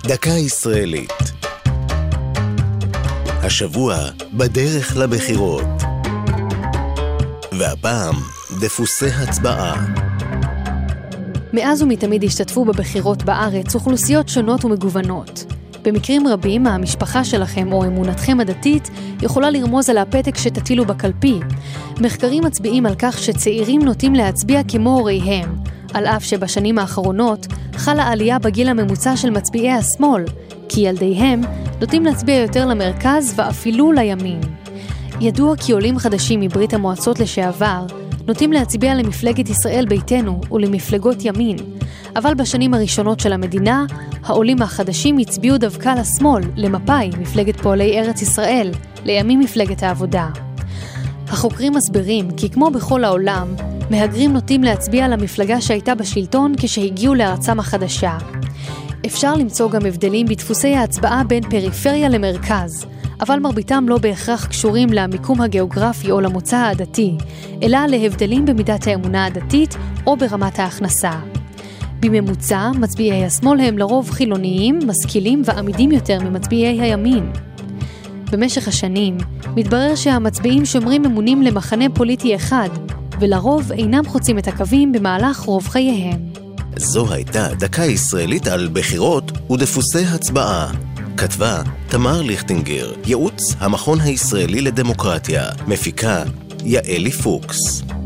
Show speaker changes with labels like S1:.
S1: דקה ישראלית. השבוע בדרך לבחירות. והפעם דפוסי הצבעה.
S2: מאז ומתמיד השתתפו בבחירות בארץ אוכלוסיות שונות ומגוונות. במקרים רבים המשפחה שלכם או אמונתכם הדתית יכולה לרמוז על הפתק שתטילו בקלפי. מחקרים מצביעים על כך שצעירים נוטים להצביע כמו הוריהם, על אף שבשנים האחרונות חלה עלייה בגיל הממוצע של מצביעי השמאל, כי ילדיהם נוטים להצביע יותר למרכז ואפילו לימין. ידוע כי עולים חדשים מברית המועצות לשעבר נוטים להצביע למפלגת ישראל ביתנו ולמפלגות ימין, אבל בשנים הראשונות של המדינה, העולים החדשים הצביעו דווקא לשמאל, למפא"י, מפלגת פועלי ארץ ישראל, לימים מפלגת העבודה. החוקרים מסבירים כי כמו בכל העולם, מהגרים נוטים להצביע למפלגה שהייתה בשלטון כשהגיעו לארצם החדשה. אפשר למצוא גם הבדלים בדפוסי ההצבעה בין פריפריה למרכז, אבל מרביתם לא בהכרח קשורים למיקום הגיאוגרפי או למוצא העדתי, אלא להבדלים במידת האמונה הדתית או ברמת ההכנסה. בממוצע, מצביעי השמאל הם לרוב חילוניים, משכילים ועמידים יותר ממצביעי הימין. במשך השנים, מתברר שהמצביעים שומרים אמונים למחנה פוליטי אחד, ולרוב אינם חוצים את הקווים במהלך רוב חייהם.
S1: זו הייתה דקה ישראלית על בחירות ודפוסי הצבעה. כתבה תמר ליכטינגר, ייעוץ המכון הישראלי לדמוקרטיה, מפיקה יעלי פוקס.